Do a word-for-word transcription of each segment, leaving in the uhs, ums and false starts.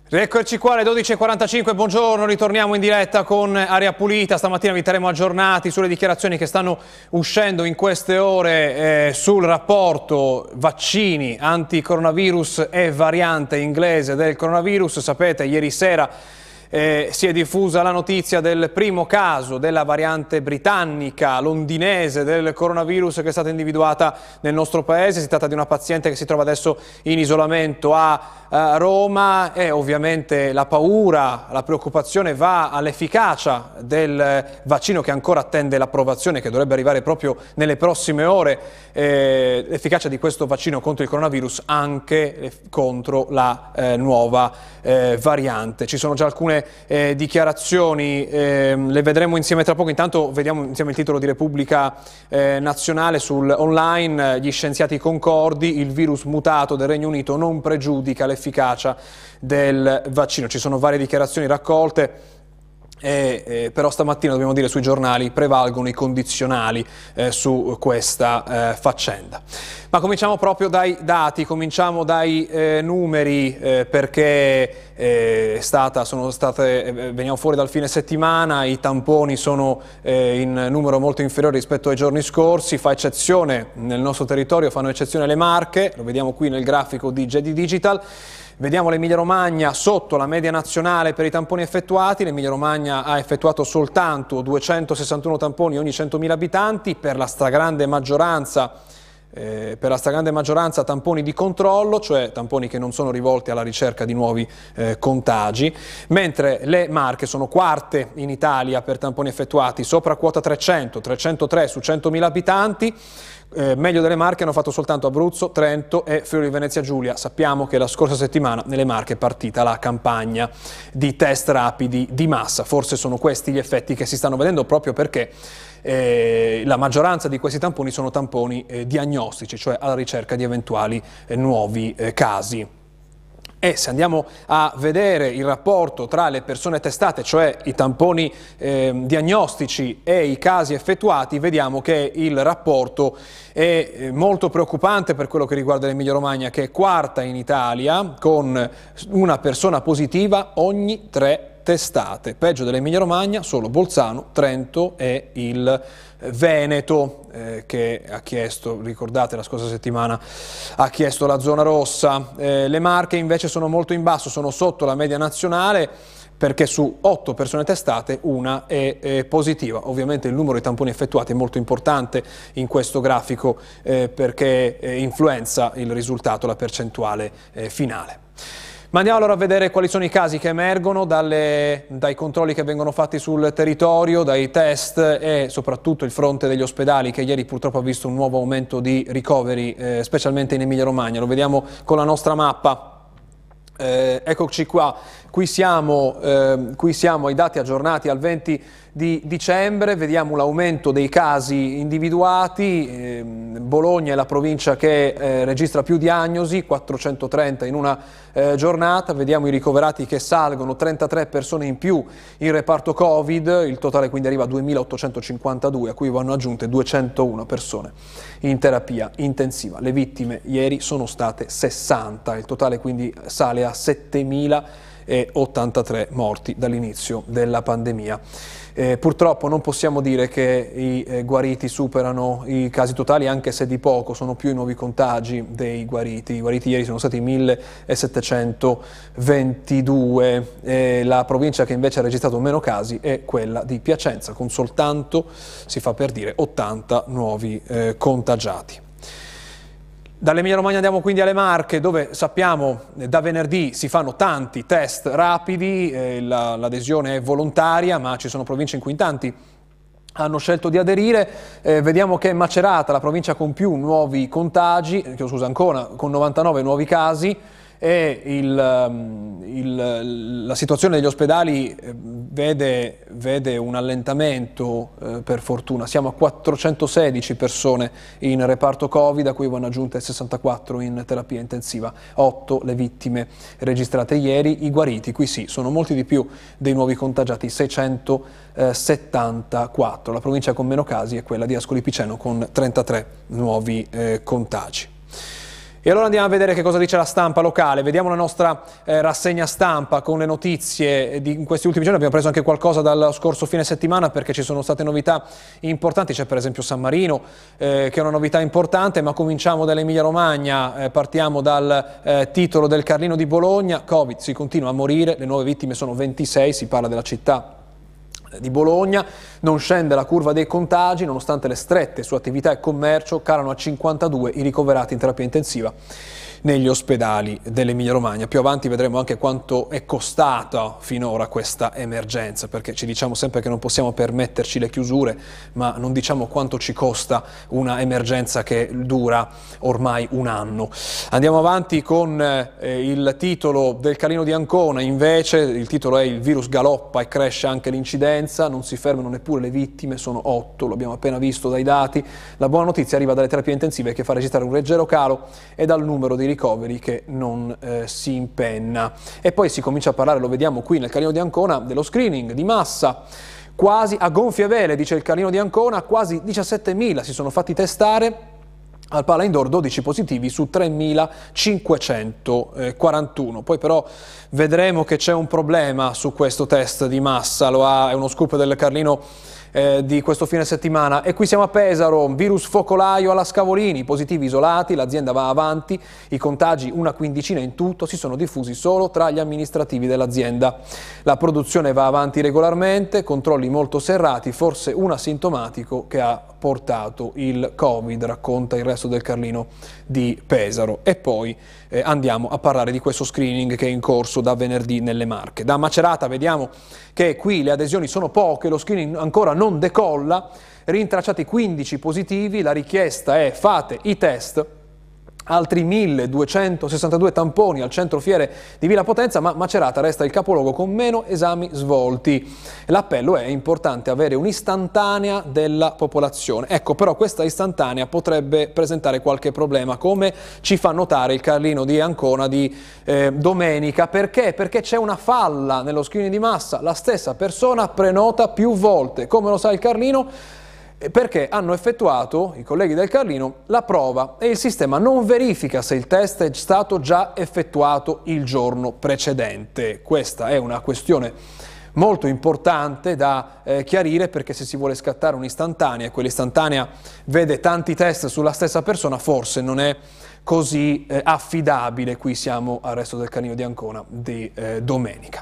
Rieccoci qua alle dodici e quarantacinque, buongiorno, ritorniamo in diretta con Aria Pulita. Stamattina vi terremo aggiornati sulle dichiarazioni che stanno uscendo in queste ore eh, sul rapporto vaccini, anticoronavirus e variante inglese del coronavirus. Sapete, ieri sera Eh, si è diffusa la notizia del primo caso della variante britannica londinese del coronavirus che è stata individuata nel nostro paese. Si tratta di una paziente che si trova adesso in isolamento a, a Roma e ovviamente la paura, la preoccupazione va all'efficacia del vaccino che ancora attende l'approvazione, che dovrebbe arrivare proprio nelle prossime ore, eh, l'efficacia di questo vaccino contro il coronavirus anche eh, contro la eh, nuova eh, variante. Ci sono già alcune Eh, dichiarazioni, eh, le vedremo insieme tra poco. Intanto vediamo insieme il titolo di Repubblica eh, Nazionale sul online. Gli scienziati concordi, il virus mutato del Regno Unito non pregiudica l'efficacia del vaccino. Ci sono varie dichiarazioni raccolte. Eh, eh, però stamattina dobbiamo dire sui giornali prevalgono i condizionali eh, su questa eh, faccenda. Ma cominciamo proprio dai dati, cominciamo dai eh, numeri eh, perché eh, è stata, sono state, eh, veniamo fuori dal fine settimana, i tamponi sono eh, in numero molto inferiore rispetto ai giorni scorsi. Fa eccezione nel nostro territorio, fanno eccezione le Marche, lo vediamo qui nel grafico di G D Digital. Vediamo l'Emilia Romagna sotto la media nazionale per i tamponi effettuati. L'Emilia Romagna ha effettuato soltanto duecentosessantuno tamponi ogni centomila abitanti, per la stragrande maggioranza, eh, per la stragrande maggioranza tamponi di controllo, cioè tamponi che non sono rivolti alla ricerca di nuovi eh, contagi, mentre le Marche sono quarte in Italia per tamponi effettuati, sopra quota trecento, trecentotré su centomila abitanti. Eh, meglio delle Marche hanno fatto soltanto Abruzzo, Trento e Friuli Venezia Giulia. Sappiamo che la scorsa settimana nelle Marche è partita la campagna di test rapidi di massa. Forse sono questi gli effetti che si stanno vedendo, proprio perché eh, la maggioranza di questi tamponi sono tamponi eh, diagnostici, cioè alla ricerca di eventuali eh, nuovi eh, casi. E se andiamo a vedere il rapporto tra le persone testate, cioè i tamponi eh, diagnostici e i casi effettuati, vediamo che il rapporto è molto preoccupante per quello che riguarda l'Emilia Romagna, che è quarta in Italia con una persona positiva ogni tre testate. Peggio dell'Emilia Romagna solo Bolzano, Trento e il Veneto, eh, che ha chiesto, ricordate la scorsa settimana, ha chiesto la zona rossa. Eh, le Marche invece sono molto in basso, sono sotto la media nazionale, perché su otto persone testate una è, è positiva. Ovviamente il numero di tamponi effettuati è molto importante in questo grafico eh, perché eh, influenza il risultato, la percentuale eh, finale. Ma andiamo allora a vedere quali sono i casi che emergono dalle, dai controlli che vengono fatti sul territorio, dai test e soprattutto il fronte degli ospedali, che ieri purtroppo ha visto un nuovo aumento di ricoveri, eh, specialmente in Emilia Romagna. Lo vediamo con la nostra mappa. Eh, eccoci qua, qui siamo, eh, qui siamo ai dati aggiornati al venti di dicembre, vediamo l'aumento dei casi individuati. eh, Bologna è la provincia che eh, registra più diagnosi, quattrocentotrenta in una eh, giornata, vediamo i ricoverati che salgono, trentatré persone in più in reparto Covid, il totale quindi arriva a duemilaottocentocinquantadue, a cui vanno aggiunte duecentouno persone in terapia intensiva. Le vittime ieri sono state sessanta, il totale quindi sale a settemilaottantatré morti dall'inizio della pandemia. Eh, purtroppo non possiamo dire che i eh, guariti superano i casi totali, anche se di poco, sono più i nuovi contagi dei guariti. I guariti ieri sono stati millesettecentoventidue. Eh, la provincia che invece ha registrato meno casi è quella di Piacenza, con soltanto, si fa per dire, ottanta nuovi eh, contagiati. Dall'Emilia Romagna andiamo quindi alle Marche, dove sappiamo eh, da venerdì si fanno tanti test rapidi, eh, l'adesione è volontaria, ma ci sono province in cui in tanti hanno scelto di aderire. Eh, vediamo che è Macerata la provincia con più nuovi contagi, eh, scusa, Ancona con novantanove nuovi casi, e il, il, la situazione degli ospedali vede, vede un allentamento, eh, per fortuna. Siamo a quattrocentosedici persone in reparto Covid, a cui vanno aggiunte sessantaquattro in terapia intensiva, otto le vittime registrate ieri. I guariti, qui sì, sono molti di più dei nuovi contagiati, seicentosettantaquattro. La provincia con meno casi è quella di Ascoli Piceno con trentatré nuovi eh, contagi. E allora andiamo a vedere che cosa dice la stampa locale. Vediamo la nostra eh, rassegna stampa con le notizie di in questi ultimi giorni. Abbiamo preso anche qualcosa dal scorso fine settimana perché ci sono state novità importanti. C'è per esempio San Marino eh, che è una novità importante, ma cominciamo dall'Emilia Romagna. Eh, partiamo dal eh, titolo del Carlino di Bologna. Covid, si continua a morire, le nuove vittime sono ventisei, si parla della città di Bologna, non scende la curva dei contagi nonostante le strette su attività e commercio, calano a cinquantadue i ricoverati in terapia intensiva negli ospedali dell'Emilia Romagna. Più avanti vedremo anche quanto è costata finora questa emergenza, perché ci diciamo sempre che non possiamo permetterci le chiusure, ma non diciamo quanto ci costa una emergenza che dura ormai un anno. Andiamo avanti con eh, il titolo del Carlino di Ancona. Invece il titolo è: il virus galoppa e cresce anche l'incidenza, non si fermano neppure le vittime, sono otto, lo abbiamo appena visto dai dati. La buona notizia arriva dalle terapie intensive, che fa registrare un leggero calo, e dal numero di ricoveri che non eh, si impenna. E poi si comincia a parlare, lo vediamo qui nel Carlino di Ancona, dello screening di massa. Quasi a gonfie vele, dice il Carlino di Ancona, quasi diciassettemila si sono fatti testare. Al Pala Indoor dodici positivi su tremilacinquecentoquarantuno. Poi però vedremo che c'è un problema su questo test di massa, lo ha, è uno scoop del Carlino eh, di questo fine settimana. E qui siamo a Pesaro, virus focolaio alla Scavolini, positivi isolati, l'azienda va avanti, i contagi, una quindicina in tutto, si sono diffusi solo tra gli amministrativi dell'azienda. La produzione va avanti regolarmente, controlli molto serrati, forse un asintomatico che ha portato il Covid, racconta il resto del Carlino di Pesaro. E poi eh, andiamo a parlare di questo screening che è in corso da venerdì nelle Marche. Da Macerata vediamo che qui le adesioni sono poche, lo screening ancora non decolla, rintracciati quindici positivi, la richiesta è: fate i test. Altri milleduecentosessantadue tamponi al centro fiere di Villa Potenza, ma Macerata resta il capoluogo con meno esami svolti. L'appello è: importante avere un'istantanea della popolazione. Ecco, però questa istantanea potrebbe presentare qualche problema, come ci fa notare il Carlino di Ancona di eh, domenica. Perché? Perché c'è una falla nello screening di massa, la stessa persona prenota più volte. Come lo sa il Carlino? Perché hanno effettuato, i colleghi del Carlino, la prova e il sistema non verifica se il test è stato già effettuato il giorno precedente. Questa è una questione molto importante da eh, chiarire, perché se si vuole scattare un'istantanea e quell'istantanea vede tanti test sulla stessa persona, forse non è così eh, affidabile. Qui siamo al resto del Carlino di Ancona di eh, domenica.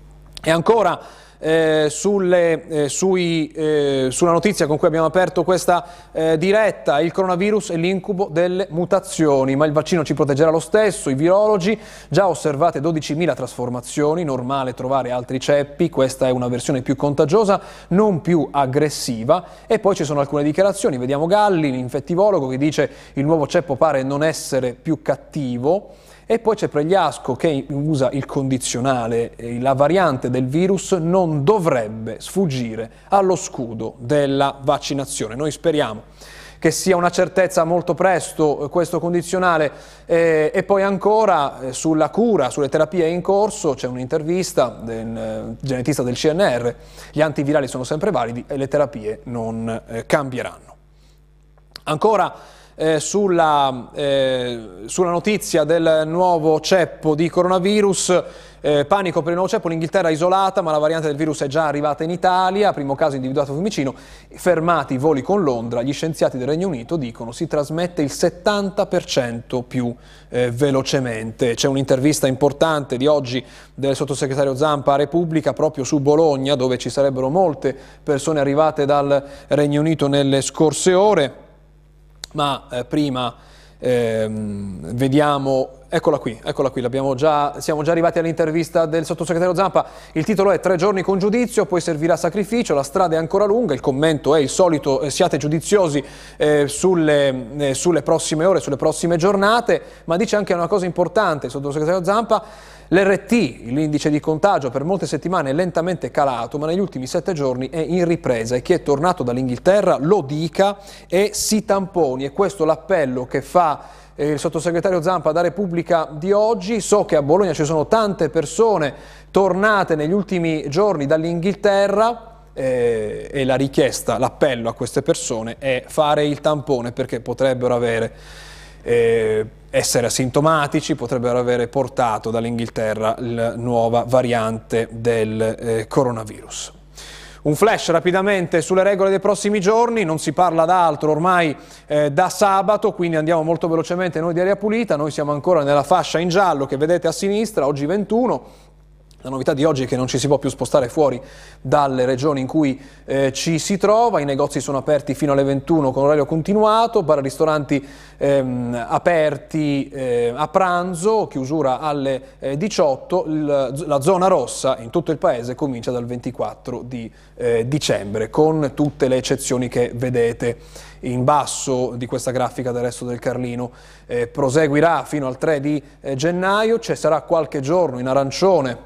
E ancora Eh, sulle, eh, sui, eh, sulla notizia con cui abbiamo aperto questa eh, diretta: il coronavirus è l'incubo delle mutazioni, ma il vaccino ci proteggerà lo stesso. I virologi, già osservate dodicimila trasformazioni, normale trovare altri ceppi, questa è una versione più contagiosa, non più aggressiva. E poi ci sono alcune dichiarazioni, vediamo Galli, l'infettivologo, che dice: il nuovo ceppo pare non essere più cattivo. E poi c'è Pregliasco che usa il condizionale: la variante del virus non dovrebbe sfuggire allo scudo della vaccinazione. Noi speriamo che sia una certezza molto presto questo condizionale. Eh, e poi ancora eh, sulla cura, sulle terapie in corso, c'è un'intervista del eh, genetista del C N R: gli antivirali sono sempre validi e le terapie non eh, cambieranno. Ancora Eh, sulla, eh, sulla notizia del nuovo ceppo di coronavirus, eh, panico per il nuovo ceppo, l'Inghilterra isolata, ma la variante del virus è già arrivata in Italia, primo caso individuato a Fiumicino, fermati i voli con Londra, gli scienziati del Regno Unito dicono si trasmette il settanta per cento più eh, velocemente. C'è un'intervista importante di oggi del sottosegretario Zampa a Repubblica proprio su Bologna, dove ci sarebbero molte persone arrivate dal Regno Unito nelle scorse ore. Ma eh, prima ehm, vediamo, eccola qui, eccola qui, l'abbiamo già, siamo già arrivati all'intervista del sottosegretario Zampa. Il titolo è: tre giorni con giudizio, poi servirà sacrificio, la strada è ancora lunga. Il commento è il solito: eh, siate giudiziosi eh, sulle, eh, sulle prossime ore, sulle prossime giornate. Ma dice anche una cosa importante il sottosegretario Zampa: l'R T, l'indice di contagio, per molte settimane è lentamente calato, ma negli ultimi sette giorni è in ripresa, e chi è tornato dall'Inghilterra lo dica e si tamponi. E questo l'appello che fa eh, il sottosegretario Zampa da Repubblica di oggi. So che a Bologna ci sono tante persone tornate negli ultimi giorni dall'Inghilterra, eh, e la richiesta, l'appello a queste persone è fare il tampone, perché potrebbero avere eh, essere asintomatici, potrebbero avere portato dall'Inghilterra la nuova variante del eh, coronavirus. Un flash rapidamente sulle regole dei prossimi giorni, non si parla d'altro ormai eh, da sabato, quindi andiamo molto velocemente noi di Aria Pulita. Noi siamo ancora nella fascia in giallo che vedete a sinistra, oggi ventuno. La novità di oggi è che non ci si può più spostare fuori dalle regioni in cui eh, ci si trova, i negozi sono aperti fino alle ventuno con orario continuato, bar e ristoranti ehm, aperti eh, a pranzo, chiusura alle eh, diciotto, il, la zona rossa in tutto il paese comincia dal ventiquattro di eh, dicembre, con tutte le eccezioni che vedete in basso di questa grafica del resto del Carlino. Eh, proseguirà fino al tre di eh, gennaio, ci sarà qualche giorno in arancione.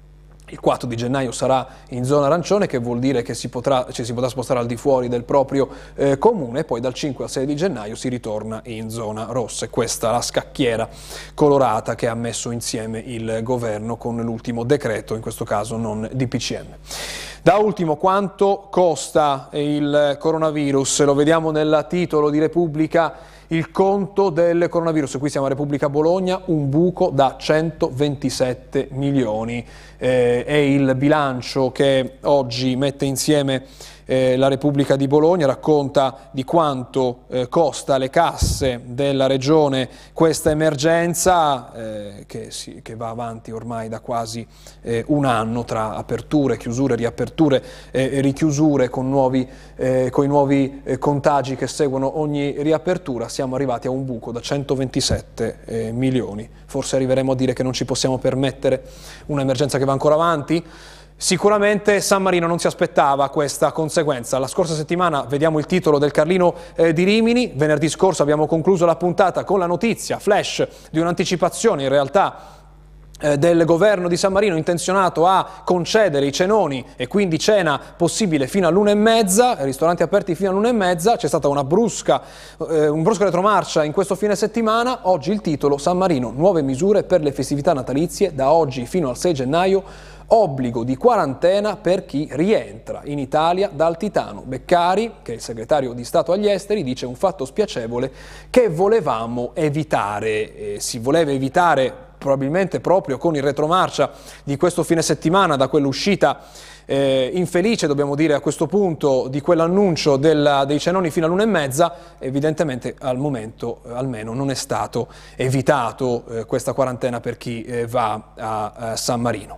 Il quattro di gennaio sarà in zona arancione, che vuol dire che si potrà, ci si potrà spostare al di fuori del proprio eh, comune, poi dal cinque al sei di gennaio si ritorna in zona rossa. Questa è la scacchiera colorata che ha messo insieme il governo con l'ultimo decreto, in questo caso non D P C M. Da ultimo, quanto costa il coronavirus? Lo vediamo nel titolo di Repubblica. Il conto del coronavirus, qui siamo a Repubblica Bologna, un buco da centoventisette milioni. Eh, è il bilancio che oggi mette insieme eh, la Repubblica di Bologna, racconta di quanto eh, costa alle casse della regione questa emergenza eh, che, si, che va avanti ormai da quasi eh, un anno, tra aperture, chiusure, riaperture e eh, richiusure con, nuovi, eh, con i nuovi eh, contagi che seguono ogni riapertura. Siamo arrivati a un buco da centoventisette eh, milioni. Forse arriveremo a dire che non ci possiamo permettere un'emergenza che va ancora avanti? Sicuramente San Marino non si aspettava questa conseguenza. La scorsa settimana, vediamo il titolo del Carlino eh, di Rimini, venerdì scorso abbiamo concluso la puntata con la notizia flash di un'anticipazione in realtà eh, del governo di San Marino intenzionato a concedere i cenoni e quindi cena possibile fino all'una e mezza, ristoranti aperti fino all'una e mezza. C'è stata una brusca, eh, un brusco retromarcia in questo fine settimana. Oggi il titolo: San Marino, nuove misure per le festività natalizie da oggi fino al sei gennaio. Obbligo di quarantena per chi rientra in Italia dal Titano. Beccari, che è il segretario di Stato agli Esteri, dice un fatto spiacevole che volevamo evitare. Eh, si voleva evitare probabilmente proprio con il retromarcia di questo fine settimana, da quell'uscita eh, infelice, dobbiamo dire a questo punto, di quell'annuncio della, dei cenoni fino all'una e mezza. Evidentemente al momento eh, almeno non è stato evitato eh, questa quarantena per chi eh, va a, a San Marino.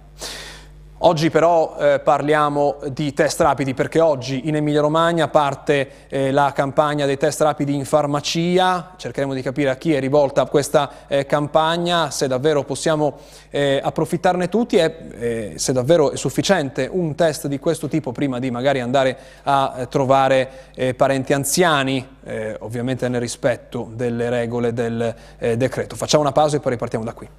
Oggi però eh, parliamo di test rapidi, perché oggi in Emilia-Romagna parte eh, la campagna dei test rapidi in farmacia. Cercheremo di capire a chi è rivolta questa eh, campagna, se davvero possiamo eh, approfittarne tutti e eh, se davvero è sufficiente un test di questo tipo prima di magari andare a eh, trovare eh, parenti anziani, eh, ovviamente nel rispetto delle regole del eh, decreto. Facciamo una pausa e poi ripartiamo da qui.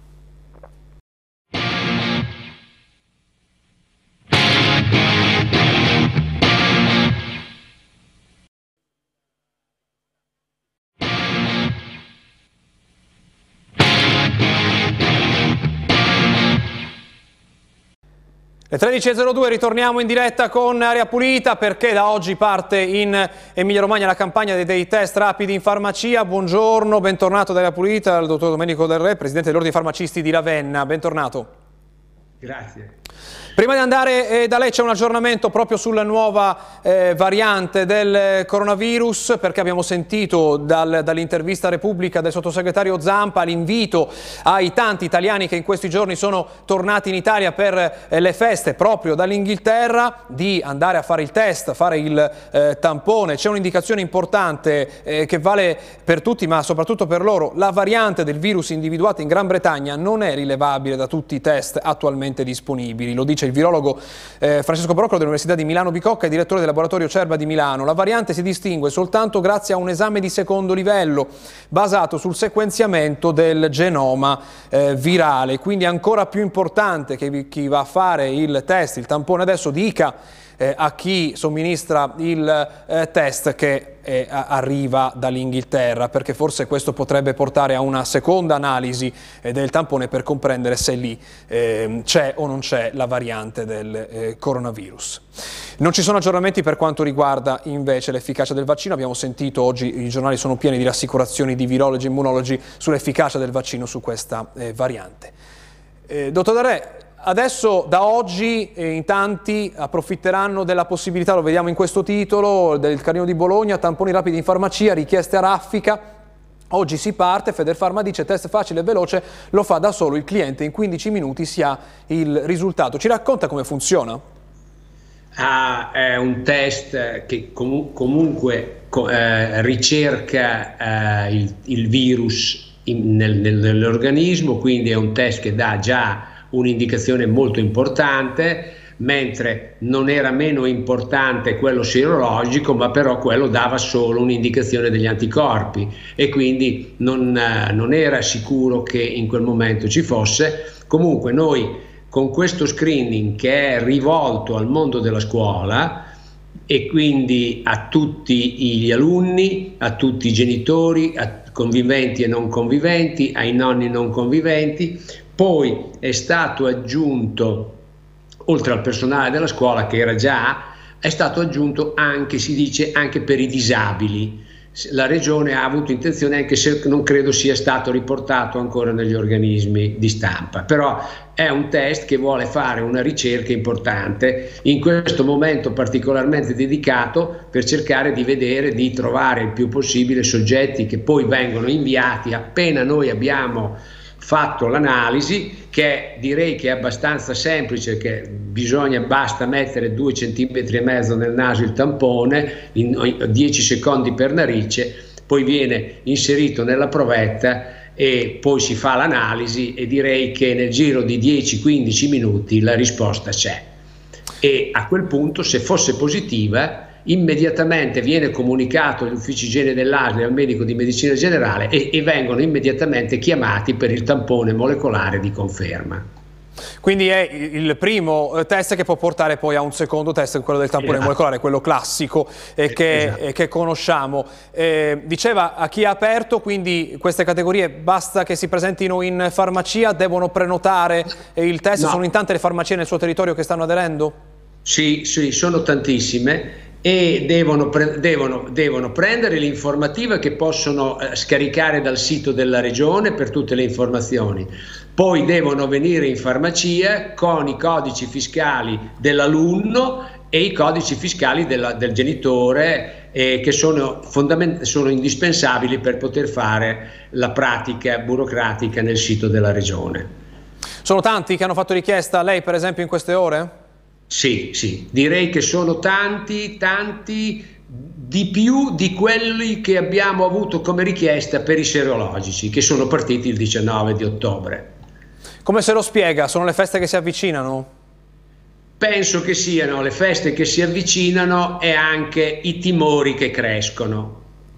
Le tredici e zero due, ritorniamo in diretta con Aria Pulita, perché da oggi parte in Emilia-Romagna la campagna dei, dei test rapidi in farmacia. Buongiorno, bentornato ad Aria Pulita, il dottor Domenico Del Re, presidente dell'Ordine dei Farmacisti di Ravenna. Bentornato. Grazie. Prima di andare eh, da lei c'è un aggiornamento proprio sulla nuova eh, variante del coronavirus, perché abbiamo sentito dal, dall'intervista a Repubblica del sottosegretario Zampa l'invito ai tanti italiani che in questi giorni sono tornati in Italia per eh, le feste proprio dall'Inghilterra di andare a fare il test, fare il eh, tampone. C'è un'indicazione importante eh, che vale per tutti, ma soprattutto per loro: la variante del virus individuata in Gran Bretagna non è rilevabile da tutti i test attualmente disponibili. Lo dice il virologo eh, Francesco Broccolo dell'Università di Milano Bicocca e direttore del laboratorio Cerba di Milano. La variante si distingue soltanto grazie a un esame di secondo livello basato sul sequenziamento del genoma eh, virale, quindi è ancora più importante che chi va a fare il test, il tampone adesso, dica eh, a chi somministra il eh, test che eh, arriva dall'Inghilterra, perché forse questo potrebbe portare a una seconda analisi eh, del tampone per comprendere se lì eh, c'è o non c'è la variante del eh, coronavirus. Non ci sono aggiornamenti per quanto riguarda invece l'efficacia del vaccino. Abbiamo sentito oggi, i giornali sono pieni di rassicurazioni di virologi e immunologi sull'efficacia del vaccino su questa eh, variante. Eh, dottor Darè, adesso da oggi eh, in tanti approfitteranno della possibilità, lo vediamo in questo titolo, del Carlino di Bologna, tamponi rapidi in farmacia, richieste a raffica. Oggi si parte, Federfarma dice test facile e veloce, lo fa da solo il cliente, in quindici minuti si ha il risultato. Ci racconta come funziona? Ah, è un test che com comunque eh, ricerca eh, il, il virus in, nel, nel, nell'organismo, quindi è un test che dà già un'indicazione molto importante, mentre non era meno importante quello serologico, ma però quello dava solo un'indicazione degli anticorpi e quindi non, eh, non era sicuro che in quel momento ci fosse. Comunque noi con questo screening, che è rivolto al mondo della scuola e quindi a tutti gli alunni, a tutti i genitori, a conviventi e non conviventi, ai nonni non conviventi, poi è stato aggiunto, oltre al personale della scuola che era già, è stato aggiunto anche, si dice, anche per i disabili. La Regione ha avuto intenzione, anche se non credo sia stato riportato ancora negli organismi di stampa, però è un test che vuole fare una ricerca importante in questo momento particolarmente dedicato per cercare di vedere, di trovare il più possibile soggetti che poi vengono inviati appena noi abbiamo fatto l'analisi, che direi che è abbastanza semplice, che bisogna, basta mettere due centimetri e mezzo nel naso il tampone, in dieci secondi per narice, poi viene inserito nella provetta e poi si fa l'analisi e direi che nel giro di dieci quindici minuti la risposta c'è. E a quel punto, se fosse positiva, immediatamente viene comunicato agli uffici igiene dell'A S L e al medico di medicina generale e, e vengono immediatamente chiamati per il tampone molecolare di conferma. Quindi è il primo test che può portare poi a un secondo test, quello del tampone esatto. molecolare, quello classico eh, che, esatto. eh, che conosciamo. Eh, diceva a chi ha aperto, quindi queste categorie basta che si presentino in farmacia, devono prenotare il test, no. Sono in tante le farmacie nel suo territorio che stanno aderendo? Sì, sì, sono tantissime. E devono, pre devono, devono prendere l'informativa che possono eh, scaricare dal sito della regione per tutte le informazioni, poi devono venire in farmacia con i codici fiscali dell'alunno e i codici fiscali della, del genitore eh, che sono, sono indispensabili per poter fare la pratica burocratica nel sito della regione. Sono tanti che hanno fatto richiesta a lei per esempio in queste ore? Sì, sì, direi che sono tanti, tanti di più di quelli che abbiamo avuto come richiesta per i serologici, che sono partiti il diciannove di ottobre. Come se lo spiega? Sono le feste che si avvicinano? Penso che siano le feste che si avvicinano e anche i timori che crescono.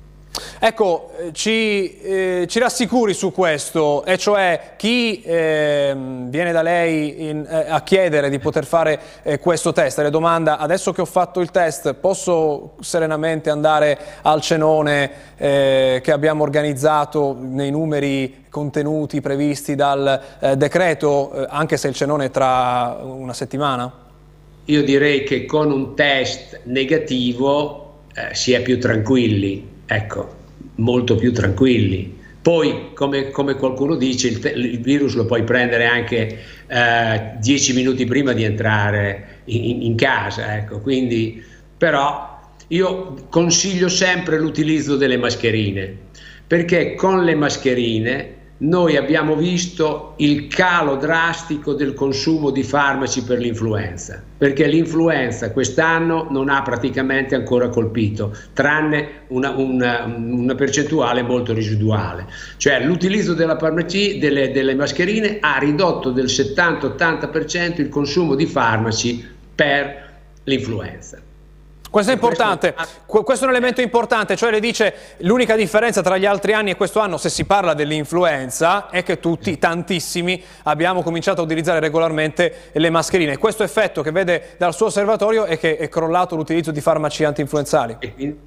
Ecco, ci, eh, ci rassicuri su questo, e cioè chi eh, viene da lei in, eh, a chiedere di poter fare eh, questo test, le domanda: adesso che ho fatto il test posso serenamente andare al cenone eh, che abbiamo organizzato nei numeri contenuti previsti dal eh, decreto, eh, anche se il cenone è tra una settimana? Io direi che con un test negativo eh, si è più tranquilli. Ecco, molto più tranquilli. Poi, come, come qualcuno dice, il, il virus lo puoi prendere anche eh, dieci minuti prima di entrare in, in casa, ecco. Quindi, però io consiglio sempre l'utilizzo delle mascherine, perché con le mascherine noi abbiamo visto il calo drastico del consumo di farmaci per l'influenza, perché l'influenza quest'anno non ha praticamente ancora colpito, tranne una, una, una percentuale molto residuale. Cioè l'utilizzo della farmacia, delle, delle mascherine ha ridotto del settanta ottanta per cento il consumo di farmaci per l'influenza. Questo è importante, questo è un elemento importante, cioè le dice l'unica differenza tra gli altri anni e questo anno, se si parla dell'influenza, è che tutti, tantissimi, abbiamo cominciato a utilizzare regolarmente le mascherine. Questo effetto che vede dal suo osservatorio è che è crollato l'utilizzo di farmaci antinfluenzali.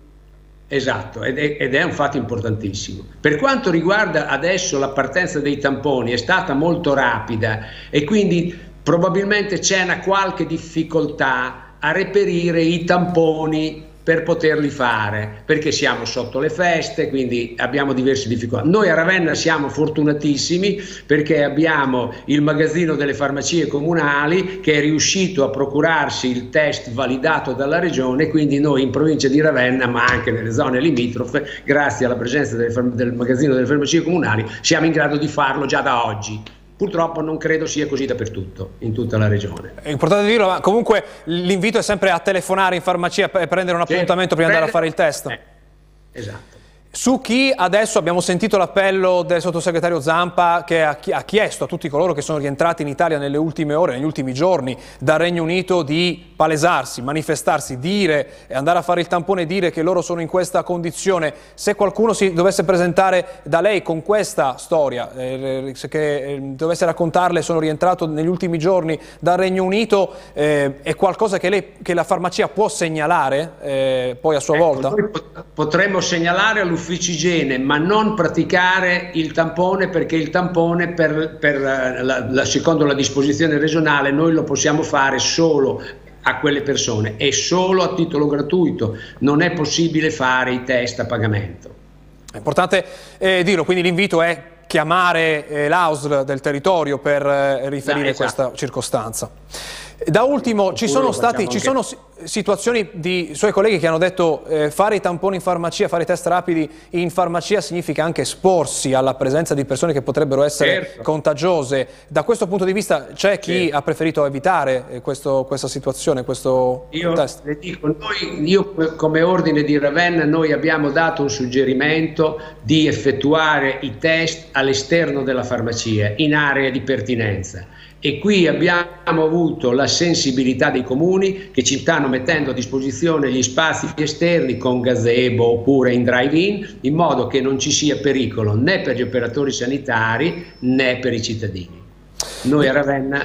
Esatto, ed è, ed è un fatto importantissimo. Per quanto riguarda adesso la partenza dei tamponi, è stata molto rapida e quindi probabilmente c'è una qualche difficoltà a reperire i tamponi per poterli fare, perché siamo sotto le feste, quindi abbiamo diverse difficoltà. Noi a Ravenna siamo fortunatissimi perché abbiamo il magazzino delle farmacie comunali che è riuscito a procurarsi il test validato dalla regione, quindi noi in provincia di Ravenna, ma anche nelle zone limitrofe, grazie alla presenza del, del magazzino delle farmacie comunali, siamo in grado di farlo già da oggi. Purtroppo non credo sia così dappertutto, in tutta la regione. È importante dirlo, ma comunque l'invito è sempre a telefonare in farmacia e prendere un appuntamento prima di andare a fare il test. Eh, esatto. Su chi adesso abbiamo sentito l'appello del sottosegretario Zampa che ha chiesto a tutti coloro che sono rientrati in Italia nelle ultime ore, negli ultimi giorni dal Regno Unito di palesarsi, manifestarsi, dire e andare a fare il tampone e dire che loro sono in questa condizione. Se qualcuno si dovesse presentare da lei con questa storia, eh, che eh, dovesse raccontarle sono rientrato negli ultimi giorni dal Regno Unito, eh, è qualcosa che, lei, che la farmacia può segnalare eh, poi a sua ecco, volta? Noi potremmo segnalare all'ufficio uffici igiene, ma non praticare il tampone, perché il tampone per, per la, la, secondo la disposizione regionale noi lo possiamo fare solo a quelle persone e solo a titolo gratuito, non è possibile fare i test a pagamento. È importante eh, dirlo, quindi l'invito è chiamare eh, l'A U S L del territorio per eh, riferire no, esatto. questa circostanza. Da ultimo, ci sono, stati, ci sono situazioni di suoi colleghi che hanno detto eh, fare i tamponi in farmacia, fare i test rapidi in farmacia significa anche esporsi alla presenza di persone che potrebbero essere certo. contagiose. Da questo punto di vista c'è chi certo. ha preferito evitare eh, questo, questa situazione, questo io test? Le dico, noi, io come ordine di Ravenna noi abbiamo dato un suggerimento di effettuare i test all'esterno della farmacia, in aree di pertinenza. E qui abbiamo avuto la sensibilità dei comuni che ci stanno mettendo a disposizione gli spazi esterni con gazebo oppure in drive-in, in modo che non ci sia pericolo né per gli operatori sanitari né per i cittadini. Noi a Ravenna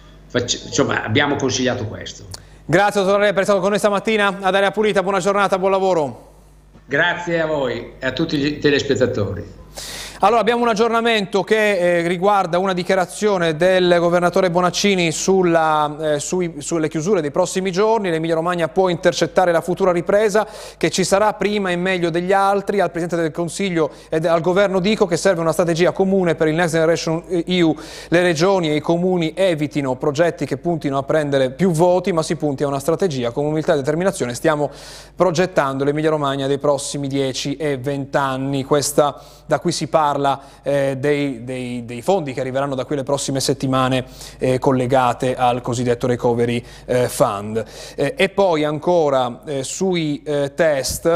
insomma, abbiamo consigliato questo. Grazie dottor Re per essere stato con noi stamattina. Ad Aria Pulita, buona giornata, buon lavoro. Grazie a voi e a tutti i telespettatori. Allora abbiamo un aggiornamento che eh, riguarda una dichiarazione del governatore Bonaccini sulla, eh, sui, sulle chiusure dei prossimi giorni. L'Emilia Romagna può intercettare la futura ripresa che ci sarà prima e meglio degli altri. Al Presidente del Consiglio e al Governo dico che serve una strategia comune per il Next Generation E U. Le regioni e i comuni evitino progetti che puntino a prendere più voti, ma si punti a una strategia con umiltà e determinazione. Stiamo progettando l'Emilia Romagna dei prossimi dieci e venti anni. Questa da cui si parla Eh, dei, dei, dei fondi che arriveranno da qui le prossime settimane eh, collegate al cosiddetto Recovery eh, Fund. Eh, e poi ancora eh, sui eh, test,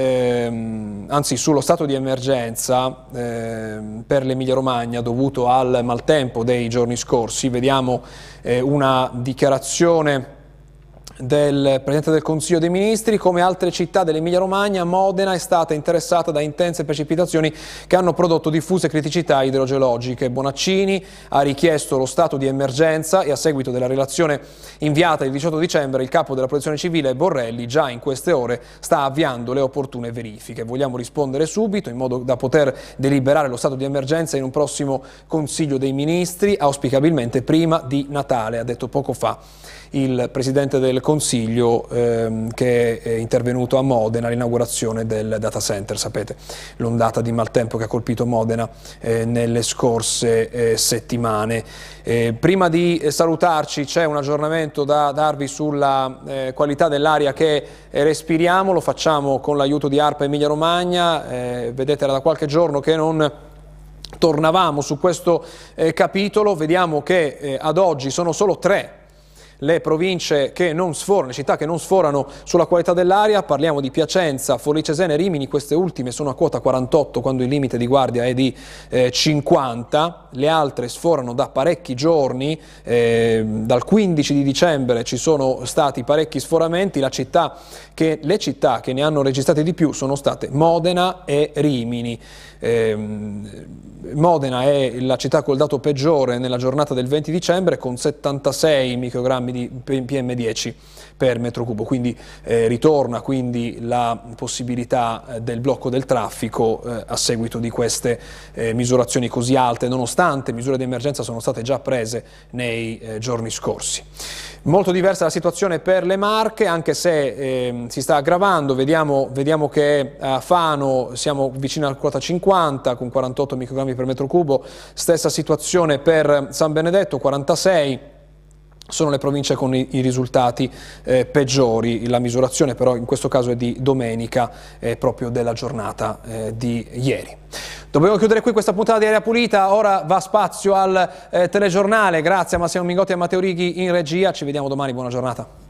ehm, anzi sullo stato di emergenza eh, per l'Emilia Romagna dovuto al maltempo dei giorni scorsi, vediamo eh, una dichiarazione del Presidente del Consiglio dei Ministri. Come altre città dell'Emilia Romagna, Modena è stata interessata da intense precipitazioni che hanno prodotto diffuse criticità idrogeologiche. Bonaccini ha richiesto lo stato di emergenza e a seguito della relazione inviata il diciotto dicembre il capo della Protezione Civile Borrelli già in queste ore sta avviando le opportune verifiche. Vogliamo rispondere subito in modo da poter deliberare lo stato di emergenza in un prossimo Consiglio dei Ministri, auspicabilmente prima di Natale, ha detto poco fa il Presidente del Consiglio ehm, che è intervenuto a Modena all'inaugurazione del data center. Sapete, l'ondata di maltempo che ha colpito Modena eh, nelle scorse eh, settimane. Eh, prima di eh, salutarci c'è un aggiornamento da darvi sulla eh, qualità dell'aria che eh, respiriamo, lo facciamo con l'aiuto di ARPA Emilia Romagna. Eh, vedete, era da qualche giorno che non tornavamo su questo eh, capitolo. Vediamo che eh, ad oggi sono solo tre le province che non sforano, le città che non sforano sulla qualità dell'aria. Parliamo di Piacenza, Forlì Cesena e Rimini. Queste ultime sono a quota quarantotto quando il limite di guardia è di eh, cinquanta. Le altre sforano da parecchi giorni, eh, dal quindici di dicembre ci sono stati parecchi sforamenti. La città che, le città che ne hanno registrati di più sono state Modena e Rimini. Eh, Modena è la città col dato peggiore nella giornata del venti dicembre, con settantasei microgrammi di P M dieci per metro cubo, quindi eh, ritorna quindi la possibilità eh, del blocco del traffico eh, a seguito di queste eh, misurazioni così alte, nonostante misure di emergenza sono state già prese nei eh, giorni scorsi. Molto diversa la situazione per le Marche, anche se eh, si sta aggravando. Vediamo, vediamo che a Fano siamo vicini al quota cinquanta con quarantotto microgrammi per metro cubo, stessa situazione per San Benedetto, quarantasei. Sono le province con i, i risultati eh, peggiori. La misurazione però in questo caso è di domenica, eh, proprio della giornata eh, di ieri. Dobbiamo chiudere qui questa puntata di Aria Pulita, ora va spazio al eh, telegiornale. Grazie a Massimo Mingotti e a Matteo Righi in regia, ci vediamo domani, buona giornata.